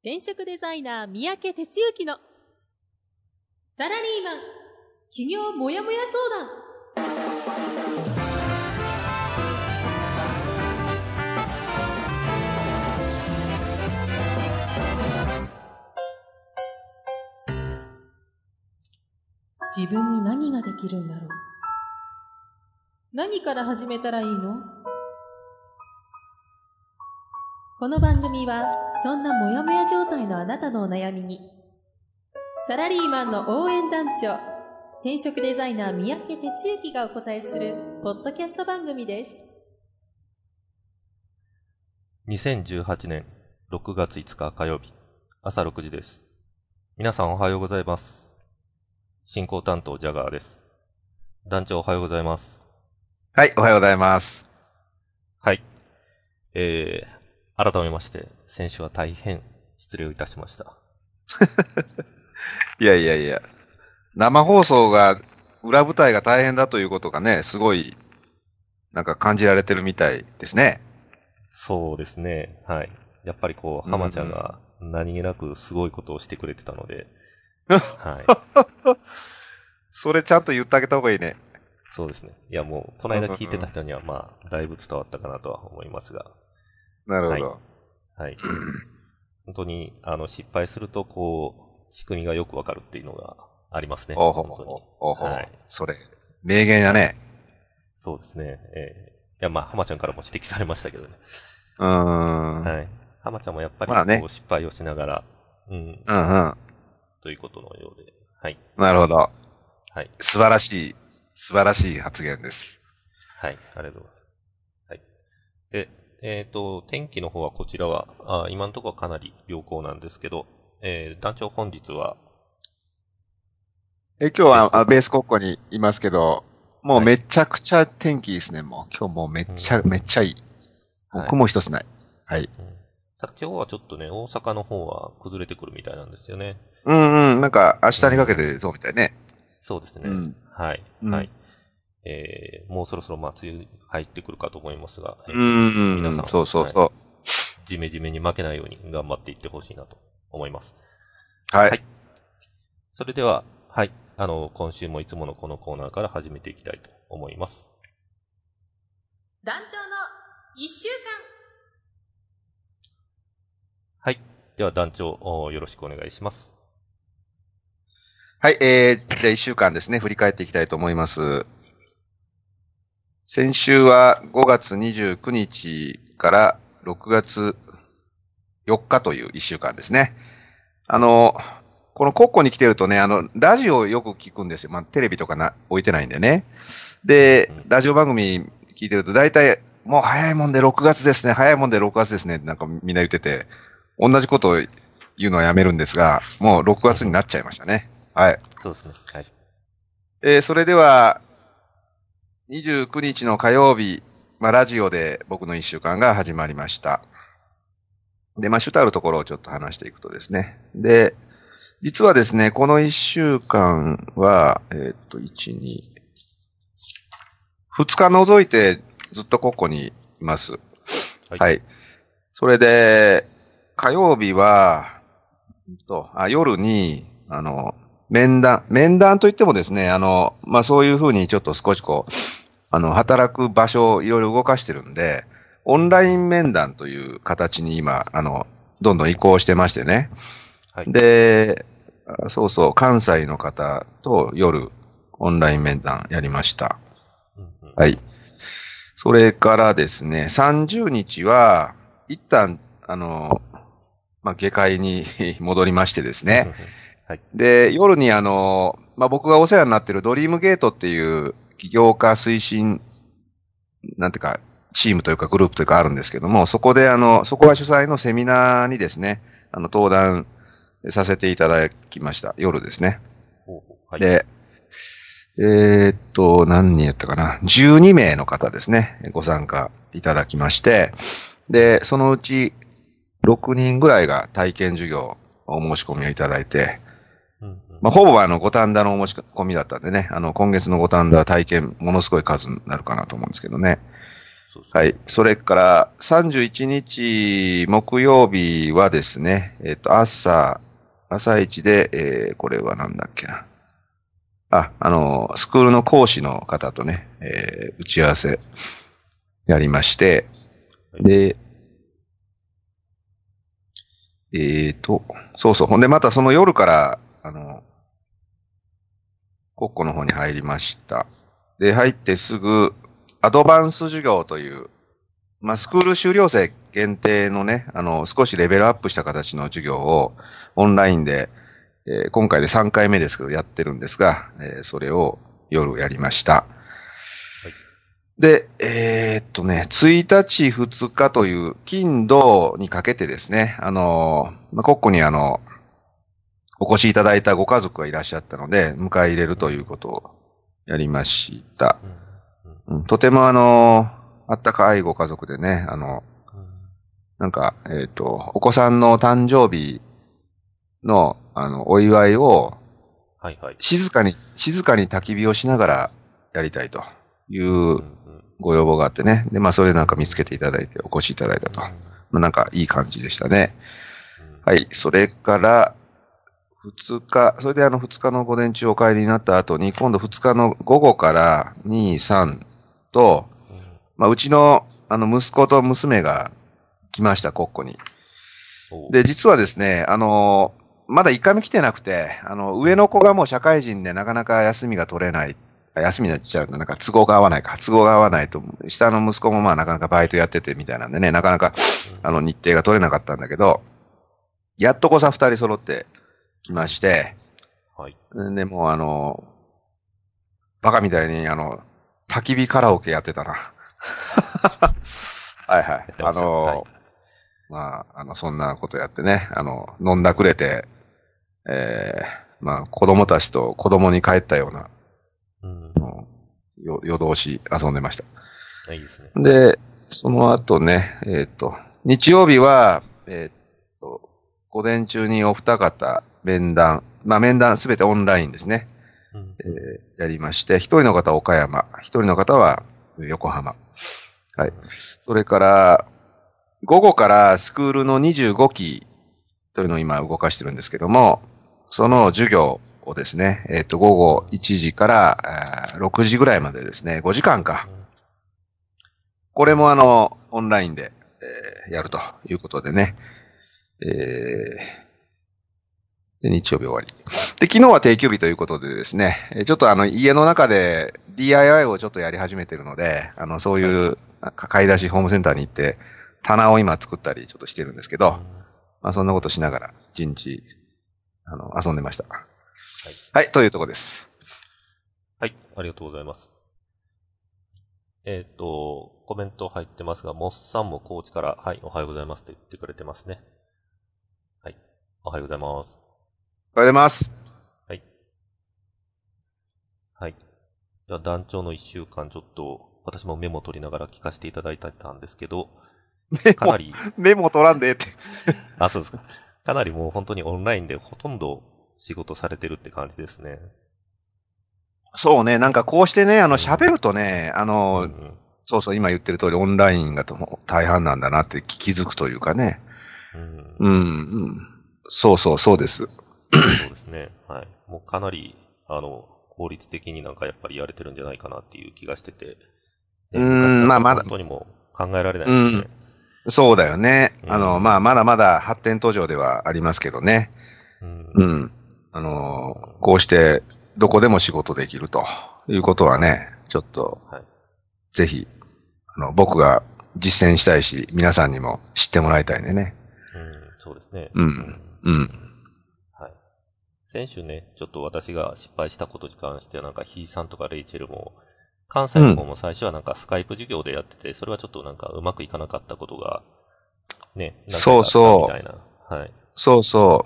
転職デザイナー三宅哲之のサラリーマン起業もやもや相談。自分に何ができるんだろう。何から始めたらいいの？この番組はそんなモヤモヤ状態のあなたのお悩みにサラリーマンの応援団長、転職デザイナー三宅哲之がお答えするポッドキャスト番組です。 2018年6月5日火曜日朝6時です。皆さんおはようございます。進行担当ジャガーです。団長おはようございます。 はい、おはようございます。 はい。改めまして、先週は大変失礼をいたしました。 いや。生放送が、裏舞台が大変だということがね、すごい、なんか感じられてるみたいですね。 そうですね。はい。やっぱりこう、浜ちゃんが何気なくすごいことをしてくれてたので、はい。 それちゃんと言ってあげた方がいいね。 そうですね。いやもう、この間聞いてた人にはまあ、だいぶ伝わったかなとは思いますが。 なるほど。 はい。本当に、失敗すると、こう、仕組みがよくわかるっていうのがありますね。 本当に。はい。それ、名言やね。 そうですね。いや、まあ、浜ちゃんからも指摘されましたけどね。はい。浜ちゃんもやっぱり、こう、失敗をしながら、ということのようで。はい。 なるほど。 はい。 素晴らしい発言です。 はい。ありがとうございます。はい。で、天気の方はこちらは、今のところはかなり良好なんですけど、団長本日は今日はベース国庫にいますけど、もうめちゃくちゃ天気いいですね、もう。今日もうめっちゃいい。雲一つない。はい。 ただ今日はちょっとね、大阪の方は崩れてくるみたいなんですよね。 なんか明日にかけてそうみたいね。 そうですね。はい。はい。もうそろそろ梅雨入ってくるかと思いますが、皆さん、 そう。 ジメジメに負けないように頑張っていってほしいなと思います。 はい。 それでは、はい。今週もいつものこのコーナーから始めていきたいと思います。 団長の1週間。 はい。では団長、よろしくお願いします。 はい。じゃあ1週間ですね、振り返っていきたいと思います。先週は5月29日から6月4日という1週間ですね。この国庫に来てるとね、ラジオをよく聞くんですよ。まあ、テレビとか置いてないんでね。で、ラジオ番組聞いてると大体、もう早いもんで6月ですね。早いもんで6月ですね。なんかみんな言ってて、同じことを言うのはやめるんですが、もう6月になっちゃいましたね。はい。 そうですね。はい。 それでは、29日の火曜日、ラジオで僕の1週間が始まりました。で、主たるところをちょっと話していくとですね。で、実はですね、この1週間は、1、2、2日除いてずっとここにいます。はい。それで、火曜日は、夜に、面談といってもですね、そういうふうにちょっと少しこう、働く場所をいろいろ動かしてるんで、オンライン面談という形に今、どんどん移行してましてね。はい、で、関西の方と夜、オンライン面談やりました。はい。それからですね、30日は、一旦、下界に戻りましてですね。はい、で、夜に僕がお世話になっているドリームゲートっていう起業家推進、なんていうか、チームというかグループというかあるんですけども、そこでそこが主催のセミナーにですね、登壇させていただきました。夜ですね。はい、で、何人やったかな ?12 名の方ですね、ご参加いただきまして、で、そのうち6人ぐらいが体験授業お申し込みをいただいて、ほぼ五反田のお申し込みだったんでね、今月の五反田体験ものすごい数になるかなと思うんですけどね。 はい。それから、31日木曜日はですね、朝一で、これはなんだっけな。スクールの講師の方とね、打ち合わせやりまして、で、そうそう。ほんで、またその夜から、国庫の方に入りました。で、入ってすぐ、アドバンス授業という、まあ、スクール修了生限定のね、少しレベルアップした形の授業を、オンラインで、今回で3回目ですけど、やってるんですが、それを夜やりました。はい、で、1日、2日という、金土にかけてですね、国庫にお越しいただいたご家族がいらっしゃったので、迎え入れるということをやりました。とてもあったかいご家族でね、なんか、お子さんの誕生日の、お祝いを、 はいはい。静かに焚き火をしながらやりたいというご要望があってね。で、まあ、それなんか見つけていただいて、お越しいただいたと。まあ、なんかいい感じでしたね。はい。それから、2日、それで2日の午前中お帰りになった後に、今度2日の午後から2、3と、まあ、うちの、息子と娘が来ました、国庫に。で、実はですね、まだ1回目来てなくて、上の子がもう社会人でなかなか休みが取れない。休みになっちゃうと、なんか都合が合わないと、下の息子もまあなかなかバイトやっててみたいなんでね、なかなか、日程が取れなかったんだけど、やっとこさ2人揃って来まして、 はい。 で、もうバカみたいに焚き火カラオケやってたな。はいはい。まあ、そんなことやってね、飲んだくれて、まあ、子供たちと子供に帰ったような、夜通し遊んでました。 いいですね。 で、その後ね、日曜日は、午前中にお二方、面談すべてオンラインですね。やりまして、一人の方は岡山、一人の方は横浜。はい。それから、午後からスクールの25期というのを今動かしてるんですけども、その授業をですね、午後1時から6時ぐらいまでですね、5時間か。これもオンラインで、やるということでね。で、日曜日終わり。で、昨日は定休日ということでですね、ちょっと家の中で DIY をちょっとやり始めてるので、そういう買い出しホームセンターに行って、棚を今作ったりちょっとしてるんですけど、まあそんなことしながら一日、遊んでました。はい。はい、というところです。 はい、ありがとうございます。コメント入ってますが、モッさんもコーチから、はい、おはようございますと言ってくれてますね。はい、おはようございます。 おはようございます。 はい。はい。じゃあ団長の1週間ちょっと、私もメモ取りながら聞かせていただいたんですけど、かなり。 メモ取らんでって。 あ、そうですか。かなりもう本当にオンラインでほとんど仕事されてるって感じですね。 そうね、なんかこうしてね、喋るとね、そうそう、今言ってる通りオンラインが大半なんだなって気づくというかね。そうそう、そうです。 そうですね。はい。もうかなり、効率的になんかやっぱりやれてるんじゃないかなっていう気がしてて。まだ。本当にも考えられないですね。 そうだよね。まあ、まだまだ発展途上ではありますけどね。こうして、どこでも仕事できるということはね、ちょっと、ぜひ、僕が実践したいし、皆さんにも知ってもらいたいね。 そうですね。 はい。 先週ね、ちょっと私が失敗したことに関しては、なんかヒーさんとかレイチェルも、関西の方も最初はなんかスカイプ授業でやってて、それはちょっとなんかうまくいかなかったことが、ね、 そうそう。 みたいな。はい。 そうそう。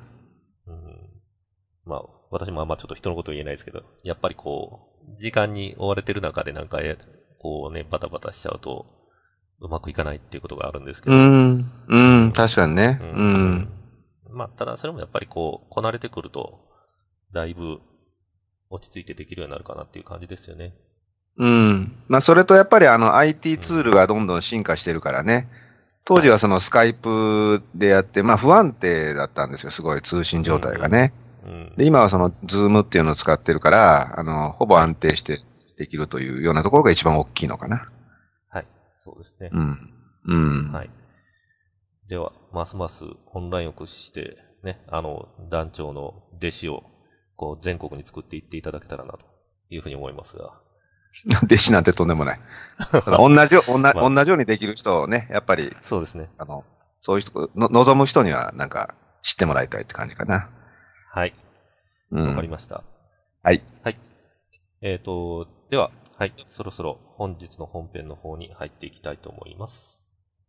まあ、私もあんまちょっと人のこと言えないですけど、やっぱりこう、時間に追われてる中でなんか、こうね、バタバタしちゃうと、うまくいかないっていうことがあるんですけど。 確かにね。 まあ、ただそれもやっぱりこう、こなれてくると、だいぶ落ち着いてできるようになるかなっていう感じですよね。 うん。まあ、それとやっぱりIT ツールがどんどん進化してるからね。当時はそのスカイプでやって、まあ不安定だったんですよ、すごい通信状態がね。で、今はそのズームっていうのを使ってるから、ほぼ安定してできるというようなところが一番大きいのかな。 はい。そうですね。 うん。うん。 はい。では、ますますオンラインを駆使して、ね、団長の弟子を、こう、全国に作っていっていただけたらな、というふうに思いますが。 弟子なんてとんでもない。同じようにできる人をね、やっぱり。 そうですね。 そういう人、望む人にはなんか知ってもらいたいって感じかな。 はい。わかりました。 はい。 はい。では、はい。そろそろ本日の本編の方に入っていきたいと思います。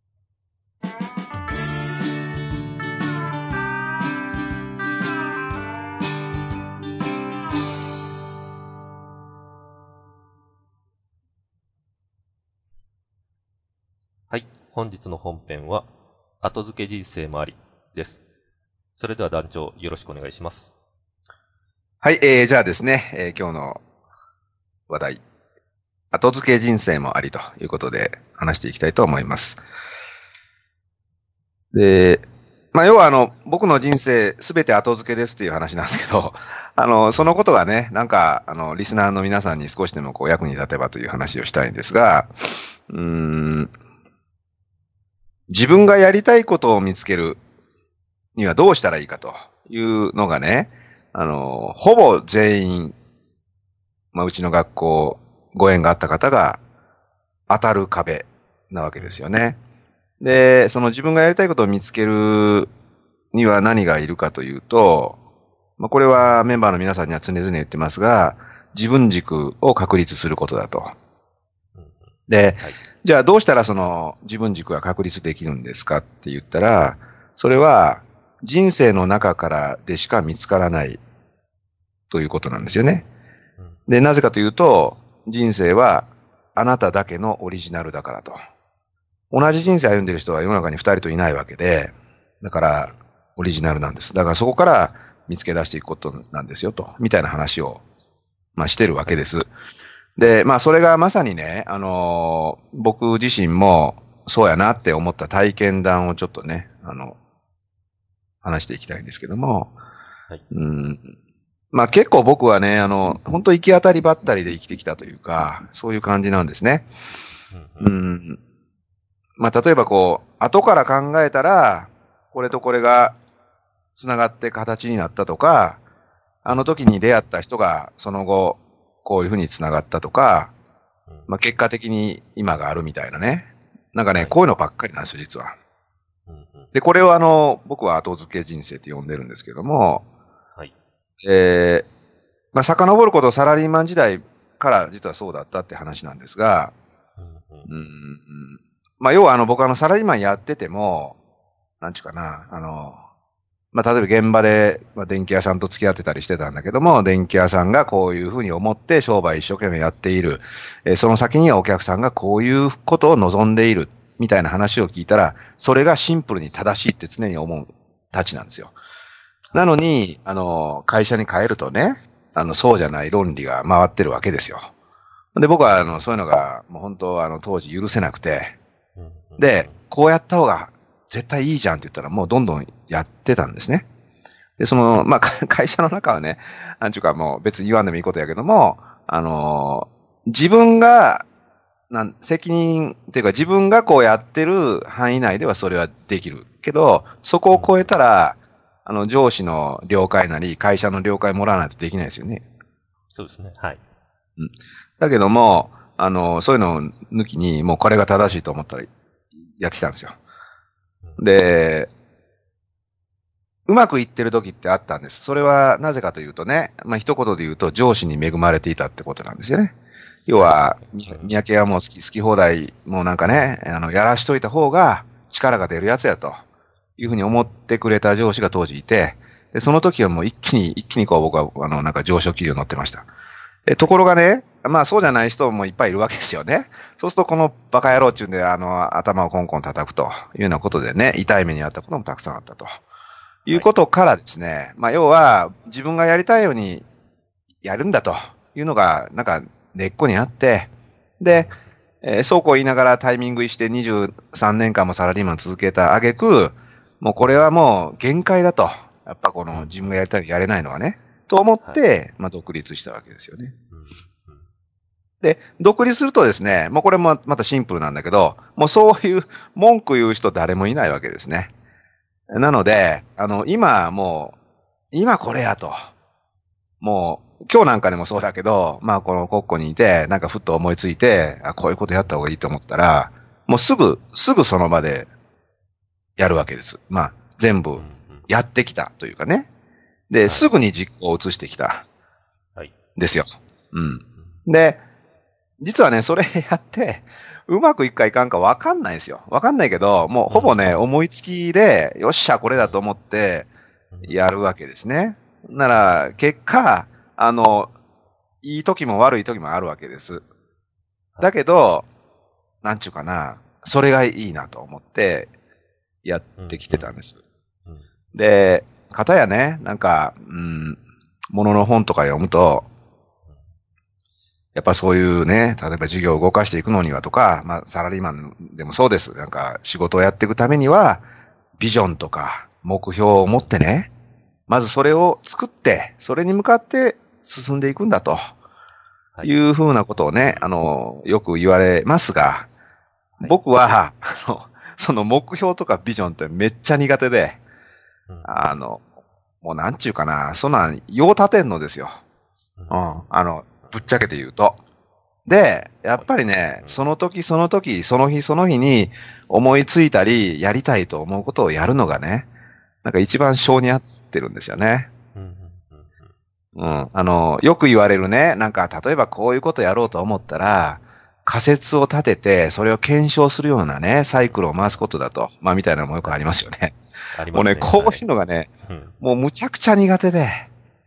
はい。本日の本編は、後付け人生もありです。それでは団長、よろしくお願いします。 はい。じゃあですね、今日の話題、後付け人生もありということで話していきたいと思います。で、まあ、要は僕の人生すべて後付けですっていう話なんですけど、そのことがね、なんか、リスナーの皆さんに少しでもこう役に立てばという話をしたいんですが、自分がやりたいことを見つけるにはどうしたらいいかというのがね、ほぼ全員、まあ、うちの学校、ご縁があった方が当たる壁なわけですよね。で、その自分がやりたいことを見つけるには何がいるかというと、まあ、これはメンバーの皆さんには常々言ってますが、自分軸を確立することだと。で、はい、じゃあどうしたらその自分軸が確立できるんですかって言ったら、それは人生の中からでしか見つからないということなんですよね。で、なぜかというと、人生はあなただけのオリジナルだからと。同じ人生歩んでる人は世の中に2人といないわけで、だからオリジナルなんです。だからそこから見つけ出していくことなんですよと、みたいな話を、まあ、してるわけです。で、まあそれがまさにね、僕自身もそうやなって思った体験談をちょっとね、話していきたいんですけども、はい、まあ結構僕はね、本当行き当たりばったりで生きてきたというか、そういう感じなんですね。まあ例えばこう、後から考えたら、これとこれが繋がって形になったとか、あの時に出会った人がその後、こういうふうに繋がったとか、まあ結果的に今があるみたいなね。なんかね、こういうのばっかりなんですよ、実は。で、これを僕は後付け人生って呼んでるんですけども、はい。まあ遡ることサラリーマン時代から実はそうだったって話なんですが、まあ要は僕サラリーマンやってても、なんちゅうかな、まあ、例えば現場で、まあ、電気屋さんと付き合ってたりしてたんだけども、電気屋さんがこういうふうに思って商売一生懸命やっている。その先にはお客さんがこういうことを望んでいる。みたいな話を聞いたら、それがシンプルに正しいって常に思うたちなんですよ。なのに、会社に帰るとね、そうじゃない論理が回ってるわけですよ。で、僕は、そういうのが、もう本当、当時許せなくて、で、こうやった方が、絶対いいじゃんって言ったらもうどんどんやってたんですね。で、まあ、会社の中はね、なんちゅうかもう別に言わんでもいいことやけども、自分が、責任っていうか自分がこうやってる範囲内ではそれはできる。けど、そこを超えたら、上司の了解なり、会社の了解もらわないとできないですよね。 そうですね。はい。 だけども、そういうのを抜きに、もうこれが正しいと思ったらやってきたんですよ。で、うまくいってる時ってあったんです。それはなぜかというとね、まあ、一言で言うと上司に恵まれていたってことなんですよね。要は、三宅はもう好き放題、もうなんかね、やらしといた方が力が出るやつやというふうに思ってくれた上司が当時いて、でその時はもう一気にこう僕はなんか上昇気流に乗ってました。ところがね、まあそうじゃない人もいっぱいいるわけですよね。そうするとこのバカ野郎っていうんで頭をコンコン叩くというようなことでね、痛い目にあったこともたくさんあったと。いうことからですね、まあ要は自分がやりたいようにやるんだというのがなんか根っこにあって、 で、そうこう言いながらタイミングにして23年間もサラリーマン続けた挙句、もうこれはもう限界だと。やっぱこの自分がやりたいやれないのはね。と思って、まあ独立したわけですよね。で、独立するとですね、もうこれもまたシンプルなんだけど、もうそういう文句言う人誰もいないわけですね。なので、今これやと。もう、今日なんかでもそうだけど、まあこのコッコにいて、なんかふっと思いついて、こういうことやった方がいいと思ったら、もうすぐその場でやるわけです。まあ、全部やってきたというかね。で、すぐに実行を移してきた。はい。ですよ。うん。で、実はね、それやって、うまくいくかいかんかわかんないですよ。わかんないけど、もうほぼね、思いつきで、よっしゃ、これだと思って、やるわけですね。なら、結果、いい時も悪い時もあるわけです。だけど、なんちゅうかな、それがいいなと思って、やってきてたんです。で、かたやね、なんか、ものの本とか読むと、やっぱそういうね、例えば事業を動かしていくのにはとか、まあサラリーマンでもそうです。なんか仕事をやっていくためには、ビジョンとか目標を持ってね、まずそれを作って、それに向かって進んでいくんだと。いうふうなことをね、よく言われますが、僕は、その目標とかビジョンってめっちゃ苦手で、もうなんちゅうかな、そんなん、よう立てんのですよ。ぶっちゃけて言うと。で、やっぱりね、その時、その日に思いついたり、やりたいと思うことをやるのがね、なんか一番性に合ってるんですよね。よく言われるね、なんか例えばこういうことやろうと思ったら、仮説を立てて、それを検証するようなね、サイクルを回すことだと。まあみたいなのもよくありますよね。ありますね。もうね、こういうのがね、もうむちゃくちゃ苦手で、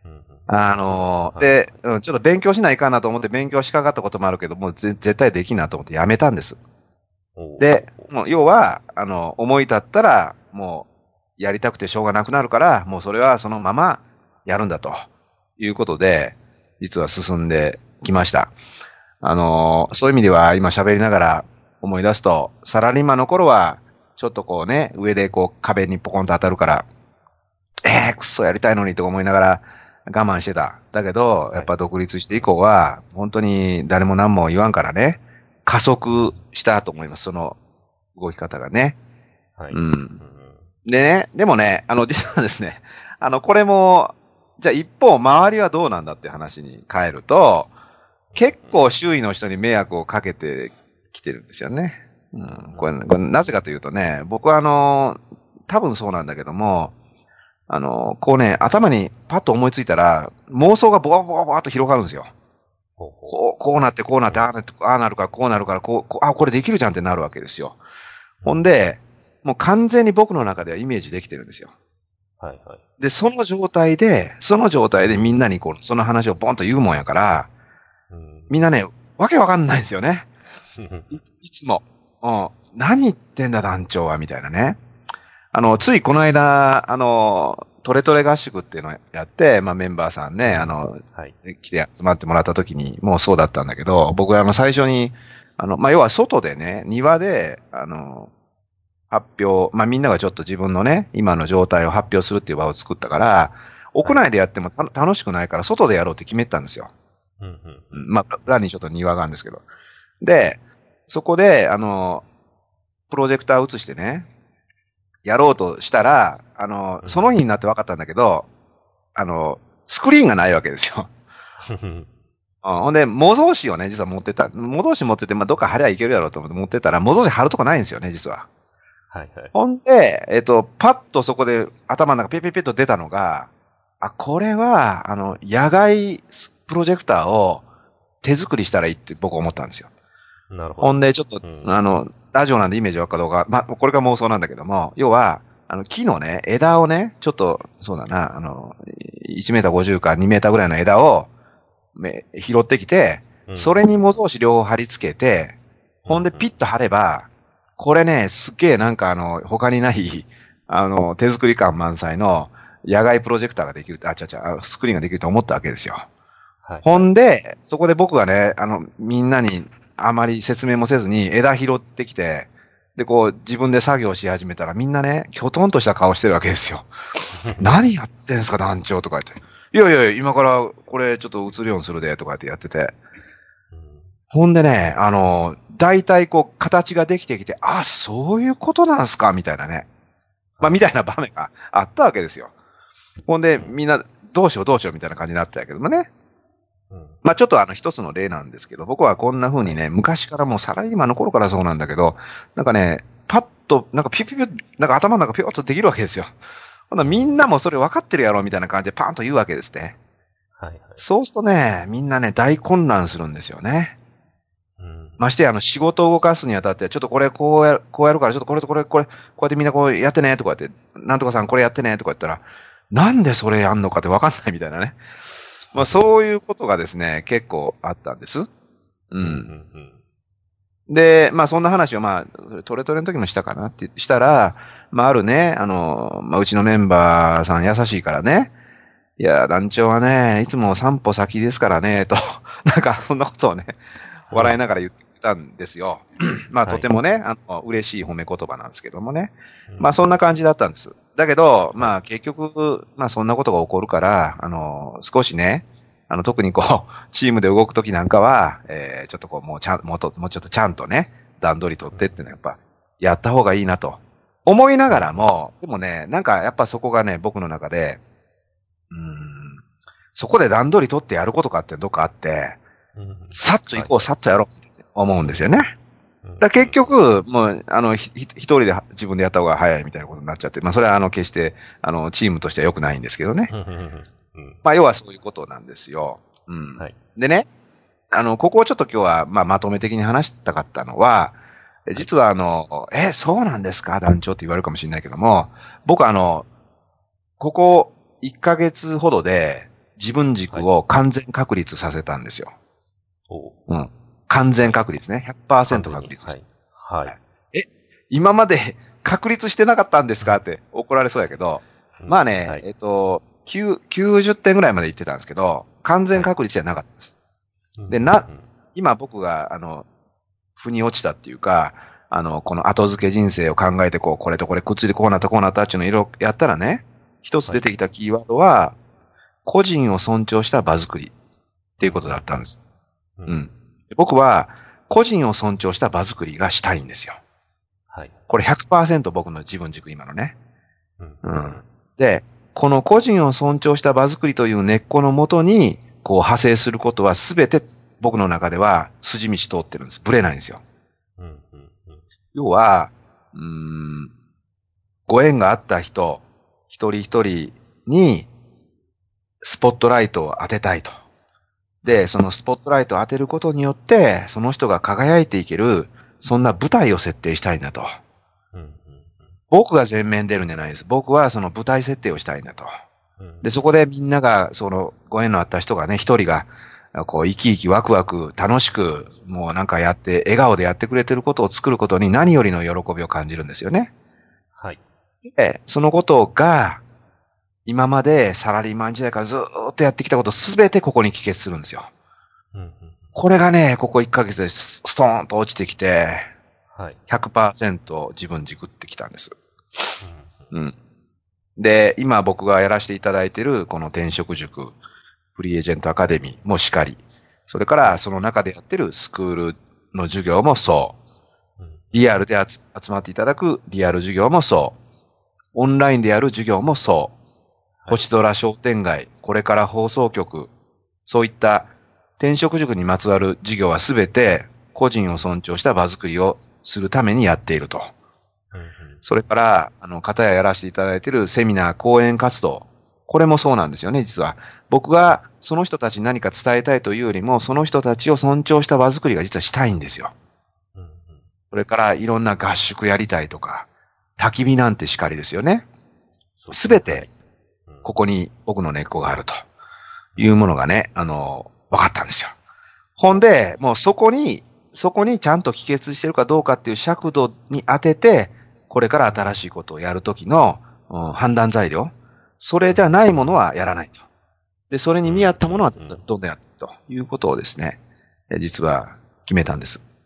で、ちょっと勉強しないかなと思って勉強しかかったこともあるけど、もう絶対できんなと思ってやめたんです。で、もう要は、思い立ったら、もう、やりたくてしょうがなくなるから、もうそれはそのままやるんだということで、実は進んできました。そういう意味では今喋りながら思い出すと、サラリーマンの頃は、ちょっとこうね、上でこう壁にポコンと当たるから、くっそやりたいのにと思いながら我慢してた。だけど、やっぱ独立して以降は、本当に誰も何も言わんからね、加速したと思います、その動き方がね。はい。でね、でもね、実はですね、これも、じゃあ一方、周りはどうなんだって話に変えると、結構周囲の人に迷惑をかけてきてるんですよね。これなぜかというとね、僕は多分そうなんだけども、こうね、頭にパッと思いついたら、妄想がボワボワボワっと広がるんですよ。こうなって、こうなって、ああなるから、こうなるから、これできるじゃんってなるわけですよ。ほんで、もう完全に僕の中ではイメージできてるんですよ。はいはい。で、その状態でみんなにその話をボンと言うもんやから、みんなね、わけわかんないんですよね。いつも。何言ってんだ団長は、みたいなね。ついこの間、トレトレ合宿っていうのをやって、まあメンバーさんね、来て集まってもらった時に、もうそうだったんだけど、僕は最初に、まあ要は外でね、庭で、発表、まあみんながちょっと自分のね、今の状態を発表するっていう場を作ったから、屋内でやっても楽しくないから外でやろうって決めたんですよ。まあ、裏にちょっと庭があるんですけど。で、そこで、プロジェクターを映してね、やろうとしたら、その日になって分かったんだけど、スクリーンがないわけですよ。ほんで、模造紙をね、実は持ってた。模造紙持ってて、まあ、どっか貼りゃいけるやろうと思って持ってたら、模造紙貼るとこないんですよね、実は。はいはい。ほんで、パッとそこで頭の中ペペペッと出たのが、これは、野外プロジェクターを手作りしたらいいって僕は思ったんですよ。なるほど。ほんで、ちょっと、ラジオなんでイメージわかどうか、まあ、これが妄想なんだけども、要は、木のね、枝をね、ちょっと、そうだな、1メーター50か2メーターぐらいの枝を、拾ってきて、それに模造紙両方貼り付けて、ほんでピッと貼れば、これね、すっげえなんか他にない、手作り感満載の野外プロジェクターができる、スクリーンができると思ったわけですよ。はい、ほんで、そこで僕がね、みんなに、 あまり説明もせずに枝拾ってきて、で、こう、自分で作業し始めたらみんなね、きょとんとした顔してるわけですよ。何やってんすか、団長とか言って。いやいや、今からこれちょっと映るようにするで、とかってやってて。ほんでね、大体こう、形ができてきて、あ、そういうことなんすかみたいなね。まあ、みたいな場面があったわけですよ。ほんで、みんな、どうしようみたいな感じになってたけどもね。まあ、ちょっと一つの例なんですけど、僕はこんな風にね、昔からもうサラリーマンの頃からそうなんだけど、なんかね、パッと、なんかピュピュピュ、なんか頭の中ピュッとできるわけですよ。ほんなみんなもそれ分かってるやろみたいな感じでパーンと言うわけですね。はいはい、そうするとね、みんなね、大混乱するんですよね。まして仕事を動かすにあたって、ちょっとこれこうやるから、ちょっとこれ、こうやってみんなこうやってね、とか言って、なんとかさんこれやってね、とか言ったら、なんでそれやんのかって分かんないみたいなね。まあそういうことがですね、結構あったんです。で、まあそんな話をまあ、トレトレの時もしたかなってしたら、まああるね、まあうちのメンバーさん優しいからね、いや、団長はね、いつも3歩先ですからね、と、なんかそんなことをね、笑いながら言ったんですよ。まあとてもね、嬉しい褒め言葉なんですけどもね。まあそんな感じだったんです。だけど、まあ結局、まあそんなことが起こるから、少しね、特にこう、チームで動くときなんかは、ちょっとこう、もうちょっとちゃんとね、段取り取ってってのはやっぱ、やった方がいいなと。思いながらも、でもね、なんかやっぱそこがね、僕の中で、そこで段取り取ってやることかってどっかあって、さっと行こう、さっとやろうって思うんですよね。だ結局、もう、一人で自分でやった方が早いみたいなことになっちゃって、まあそれは決して、チームとしては良くないんですけどね。まあ要はそういうことなんですよ。はい、でね、ここをちょっと今日は、まあまとめ的に話したかったのは、実はそうなんですか団長って言われるかもしれないけども、僕ここ1ヶ月ほどで自分軸を完全確立させたんですよ。完全確立ね。100% 確立。はい。はい。今まで確立してなかったんですかって怒られそうやけど、まあね、はい、90点ぐらいまで言ってたんですけど、完全確立じゃなかったです。で、今僕が、腑に落ちたっていうか、この後付け人生を考えてこれとこれくっついてこうなったっていうのをいろいろやったらね、一つ出てきたキーワードは、個人を尊重した場作りっていうことだったんです。僕は、個人を尊重した場作りがしたいんですよ。はい。これ 100% 僕の自分軸今のね。で、この個人を尊重した場作りという根っこのもとに、こう派生することはすべて僕の中では筋道通ってるんです。ぶれないんですよ。要は、ご縁があった人、一人一人にスポットライトを当てたいと。で、そのスポットライトを当てることによって、その人が輝いていける、そんな舞台を設定したいんだと。僕が前面出るんじゃないです。僕はその舞台設定をしたいんだと。で、そこでみんなが、そのご縁のあった人がね、一人が、こう、生き生きワクワク楽しく、もうなんかやって、笑顔でやってくれてることを作ることに何よりの喜びを感じるんですよね。はい。で、そのことが、今までサラリーマン時代からずーっとやってきたことすべてここに帰結するんですよ。これがね、ここ1ヶ月でストーンと落ちてきて、100% 自分軸ってきたんです。で、今僕がやらせていただいているこの転職塾、フリーエージェントアカデミーもしかり、それからその中でやってるスクールの授業もそう、リアルで集まっていただくリアル授業もそう、オンラインでやる授業もそう、星空商店街、これから放送局、そういった転職塾にまつわる授業はすべて個人を尊重した場作りをするためにやっていると。それから、方やらせていただいているセミナー、講演活動。これもそうなんですよね、実は。僕がその人たちに何か伝えたいというよりも、その人たちを尊重した場作りが実はしたいんですよ。それから、いろんな合宿やりたいとか、焚き火なんてしかりですよね。すべて、ここに僕の根っこがあるというものがね、分かったんですよ。ほんで、もうそこにちゃんと帰結してるかどうかっていう尺度に当てて、これから新しいことをやるときの、判断材料、それじゃないものはやらないと。で、それに見合ったものはどんどんやるということをですね、実は決めたんです。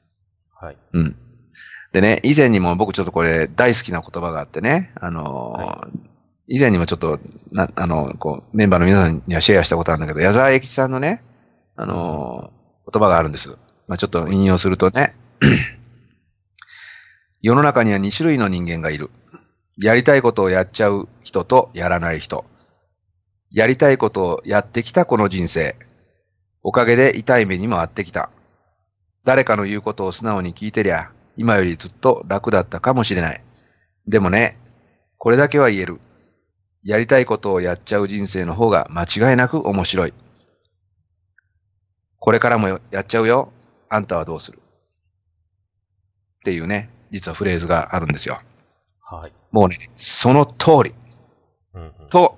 はい。 うん。でね、以前にも僕ちょっとこれ大好きな言葉があってね、はい、以前にもちょっと、メンバーの皆さんにはシェアしたことあるんだけど、矢沢永吉さんのね、言葉があるんです。まあ、ちょっと引用するとね、世の中には2種類の人間がいる。やりたいことをやっちゃう人とやらない人。やりたいことをやってきたこの人生。おかげで痛い目にも遭ってきた。誰かの言うことを素直に聞いてりゃ、今よりずっと楽だったかもしれない。でもね、これだけは言える。やりたいことをやっちゃう人生の方が間違いなく面白い。これからもやっちゃうよ。あんたはどうする？っていうね、実はフレーズがあるんですよ。 はい。 もうね、その通り。と、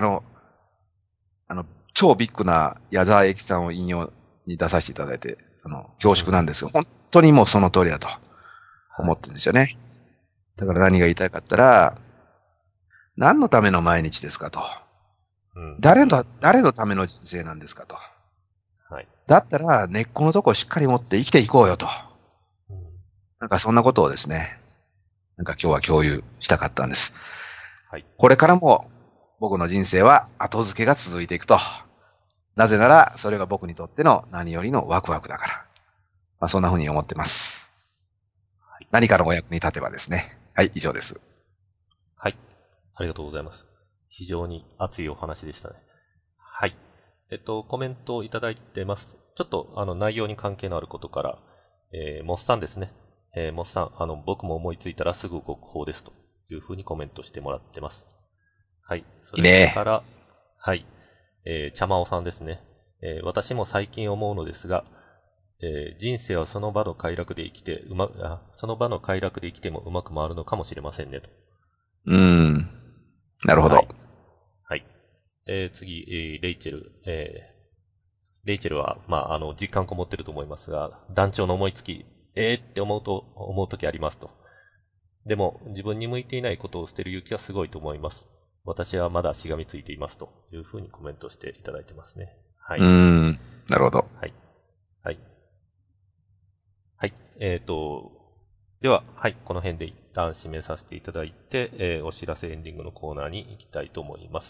超ビッグな矢沢永吉さんを引用に出させていただいて、恐縮なんですが、本当にもうその通りだと思ってるんですよね。だから何が言いたいかったら、何のための毎日ですかと。誰のための人生なんですかと。 はい。 だったら根っこのとこをしっかり持って生きていこうよと。なんかそんなことをですね、なんか今日は共有したかったんです。 はい。 これからも僕の人生は後付けが続いていくと。なぜなら、それが僕にとっての何よりのワクワクだから。まあ、そんな風に思ってます。はい、何かのお役に立てばですね。はい、以上です。 はい。ありがとうございます。非常に熱いお話でしたね。はい。コメントをいただいてます。ちょっと、内容に関係のあることから、モスさんですね。モスさん、僕も思いついたらすぐ動く方ですというふうにコメントしてもらってます。はい。それから、はい。ちゃまおさんですね。私も最近思うのですが、人生はその場の快楽で生きて、その場の快楽で生きてもうまく回るのかもしれませんねと。 なるほど。 はい。はい。次、レイチェル。レイチェルは、まあ、実感こもってると思いますが、団長の思いつき、って思うときありますと。でも、自分に向いていないことを捨てる勇気はすごいと思います。私はまだしがみついていますというふうにコメントしていただいてますね。はい。 なるほど。 はい。はい。はい。では、はい。この辺で一旦締めさせていただいて、お知らせエンディングのコーナーに行きたいと思います。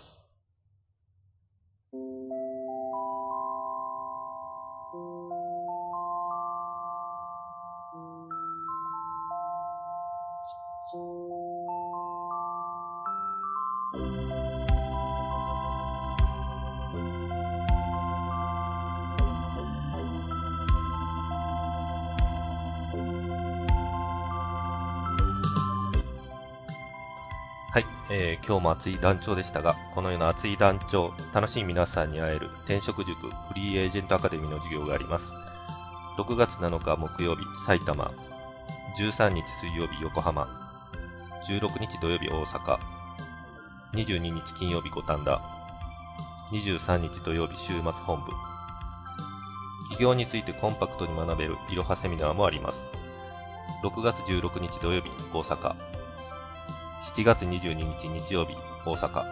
はい、今日も熱い団長でしたが、このような熱い団長、楽しい皆さんに会える転職塾フリーエージェントアカデミーの授業があります。6月7日木曜日、埼玉、13日水曜日、横浜、16日土曜日、大阪、22日金曜日、五反田、23日土曜日、週末本部。企業についてコンパクトに学べるいろはセミナーもあります。6月16日土曜日、大阪。7月22日日曜日、大阪。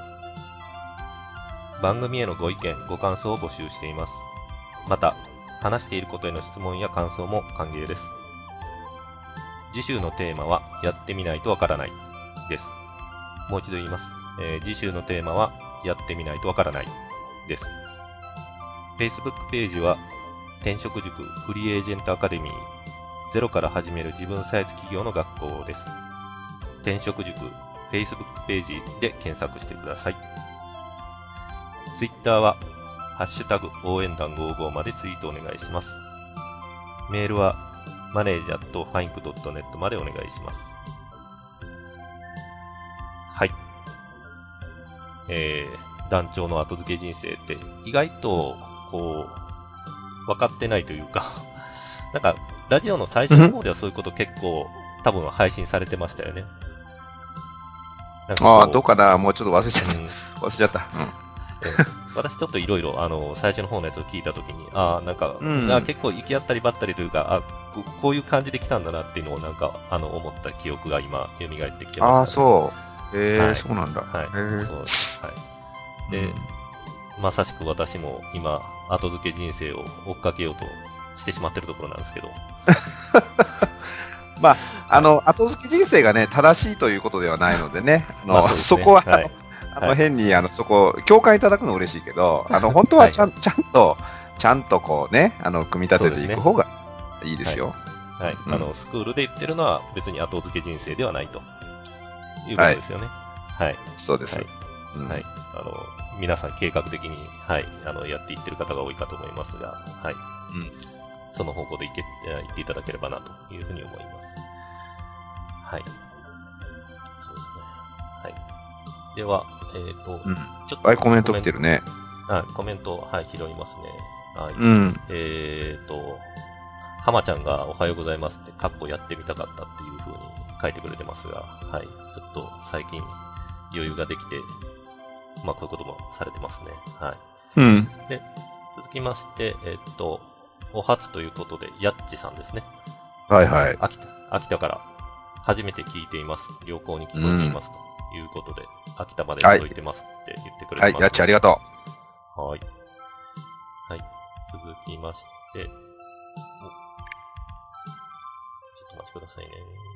番組へのご意見、ご感想を募集しています。また、話していることへの質問や感想も歓迎です。次週のテーマは、やってみないとわからないです。もう一度言います。次週のテーマは、やってみないとわからないです。Facebook ページは、転職塾フリーエージェントアカデミー、ゼロから始める自分サイズ企業の学校です。転職塾 Facebook ページで検索してください。Twitter はハッシュタグ応援団55までツイートお願いします。メールはmanager@fiink.net までお願いします。はい。団長の後付け人生って意外とこう分かってないというかなんかラジオの最初の方ではそういうこと結構多分配信されてましたよね。 ああ、どうかな、もうちょっと忘れちゃった。忘れちゃった。 私ちょっといろいろ、最初の方のやつを聞いたときに、なんか、結構行き当たりばったりというか、こういう感じで来たんだなっていうのをなんか、思った記憶が今、蘇ってきました、ね。 ああ、そう。はい、そうなんだ。 はい。そうです。はい。で、まさしく私も今、後付け人生を追っかけようとしてしまってるところなんですけど。 まあ、後付け人生がね、正しいということではないのでね、そこは、はい、変に、そこ、共感いただくの嬉しいけど、本当はちゃんとこうね、組み立てていく方がいいですよ。 はい。スクールで言ってるのは別に後付け人生ではないということですよね。はい。 そうです。 はい。皆さん計画的に、はい、やっていってる方が多いかと思いますが、はい。その方向で行っていただければなというふうに思います。はい。そうですね。はい。では、 ちょっと。コメント来てるね。 コメント、はい、拾いますね。はい。浜ちゃんがおはようございますって、やってみたかったっていう風に書いてくれてますが、はい。ちょっと最近余裕ができて、まあこういうこともされてますね。はい。で、続きまして、お初ということで、やっちさんですね。 はいはい。 秋田から初めて聞いています。良好に聞こえています。ということで、秋田まで届いてますって言ってくれてます、ね。 はい、やっちありがとう。はい。はい。続きまして、ちょっとお待ちくださいね。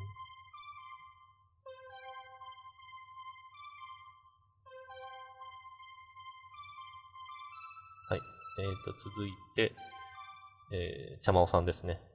はい。続いて、ちゃまおさんですね。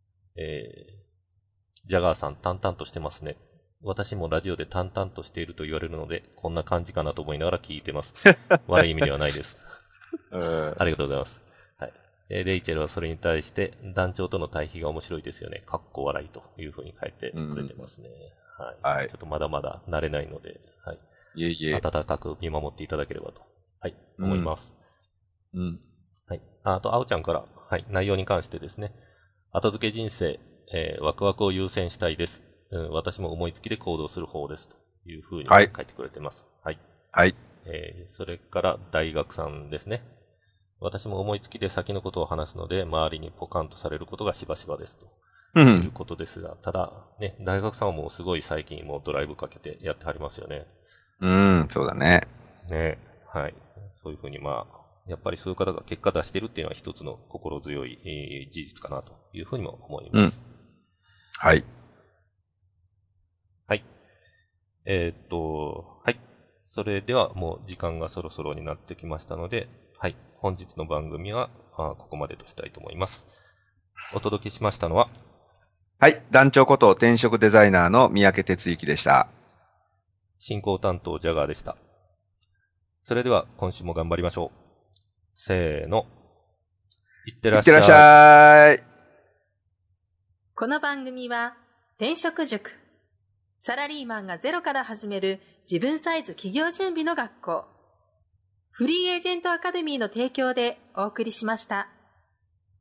ジャガーさん淡々としてますね。私もラジオで淡々としていると言われるので、こんな感じかなと思いながら聞いてます。悪い意味ではないです。ありがとうございます。はい。レイチェルはそれに対して、団長との対比が面白いですよね。かっこ笑いという風に書いてくれてますね。はい。ちょっとまだまだ慣れないので、はい。温かく見守っていただければと、はい、思います。はい。あと、あおちゃんから、はい、内容に関してですね。後付け人生、ワクワクを優先したいです。私も思いつきで行動する方です。という風に書いてくれてます。はい。 はい。 それから大学さんですね。私も思いつきで先のことを話すので、周りにポカンとされることがしばしばです。ということですが、ただ、ね、大学さんはもうすごい最近もうドライブかけてやってはりますよね。 そうだね。 ね、はい。そういう風にまあ、やっぱりそういう方が結果出してるっていうのは一つの心強い、事実かなというふうにも思います。 はい。 はい。はい。それではもう時間がそろそろになってきましたので、はい。本日の番組はここまでとしたいと思います。お届けしましたのは、 はい。団長こと転職デザイナーの三宅哲之でした。 進行担当ジャガーでした。それでは今週も頑張りましょう。せーの。いってらっしゃい。いってらっしゃい。 この番組は、転職塾。サラリーマンがゼロから始める自分サイズ企業準備の学校。フリーエージェントアカデミーの提供でお送りしました。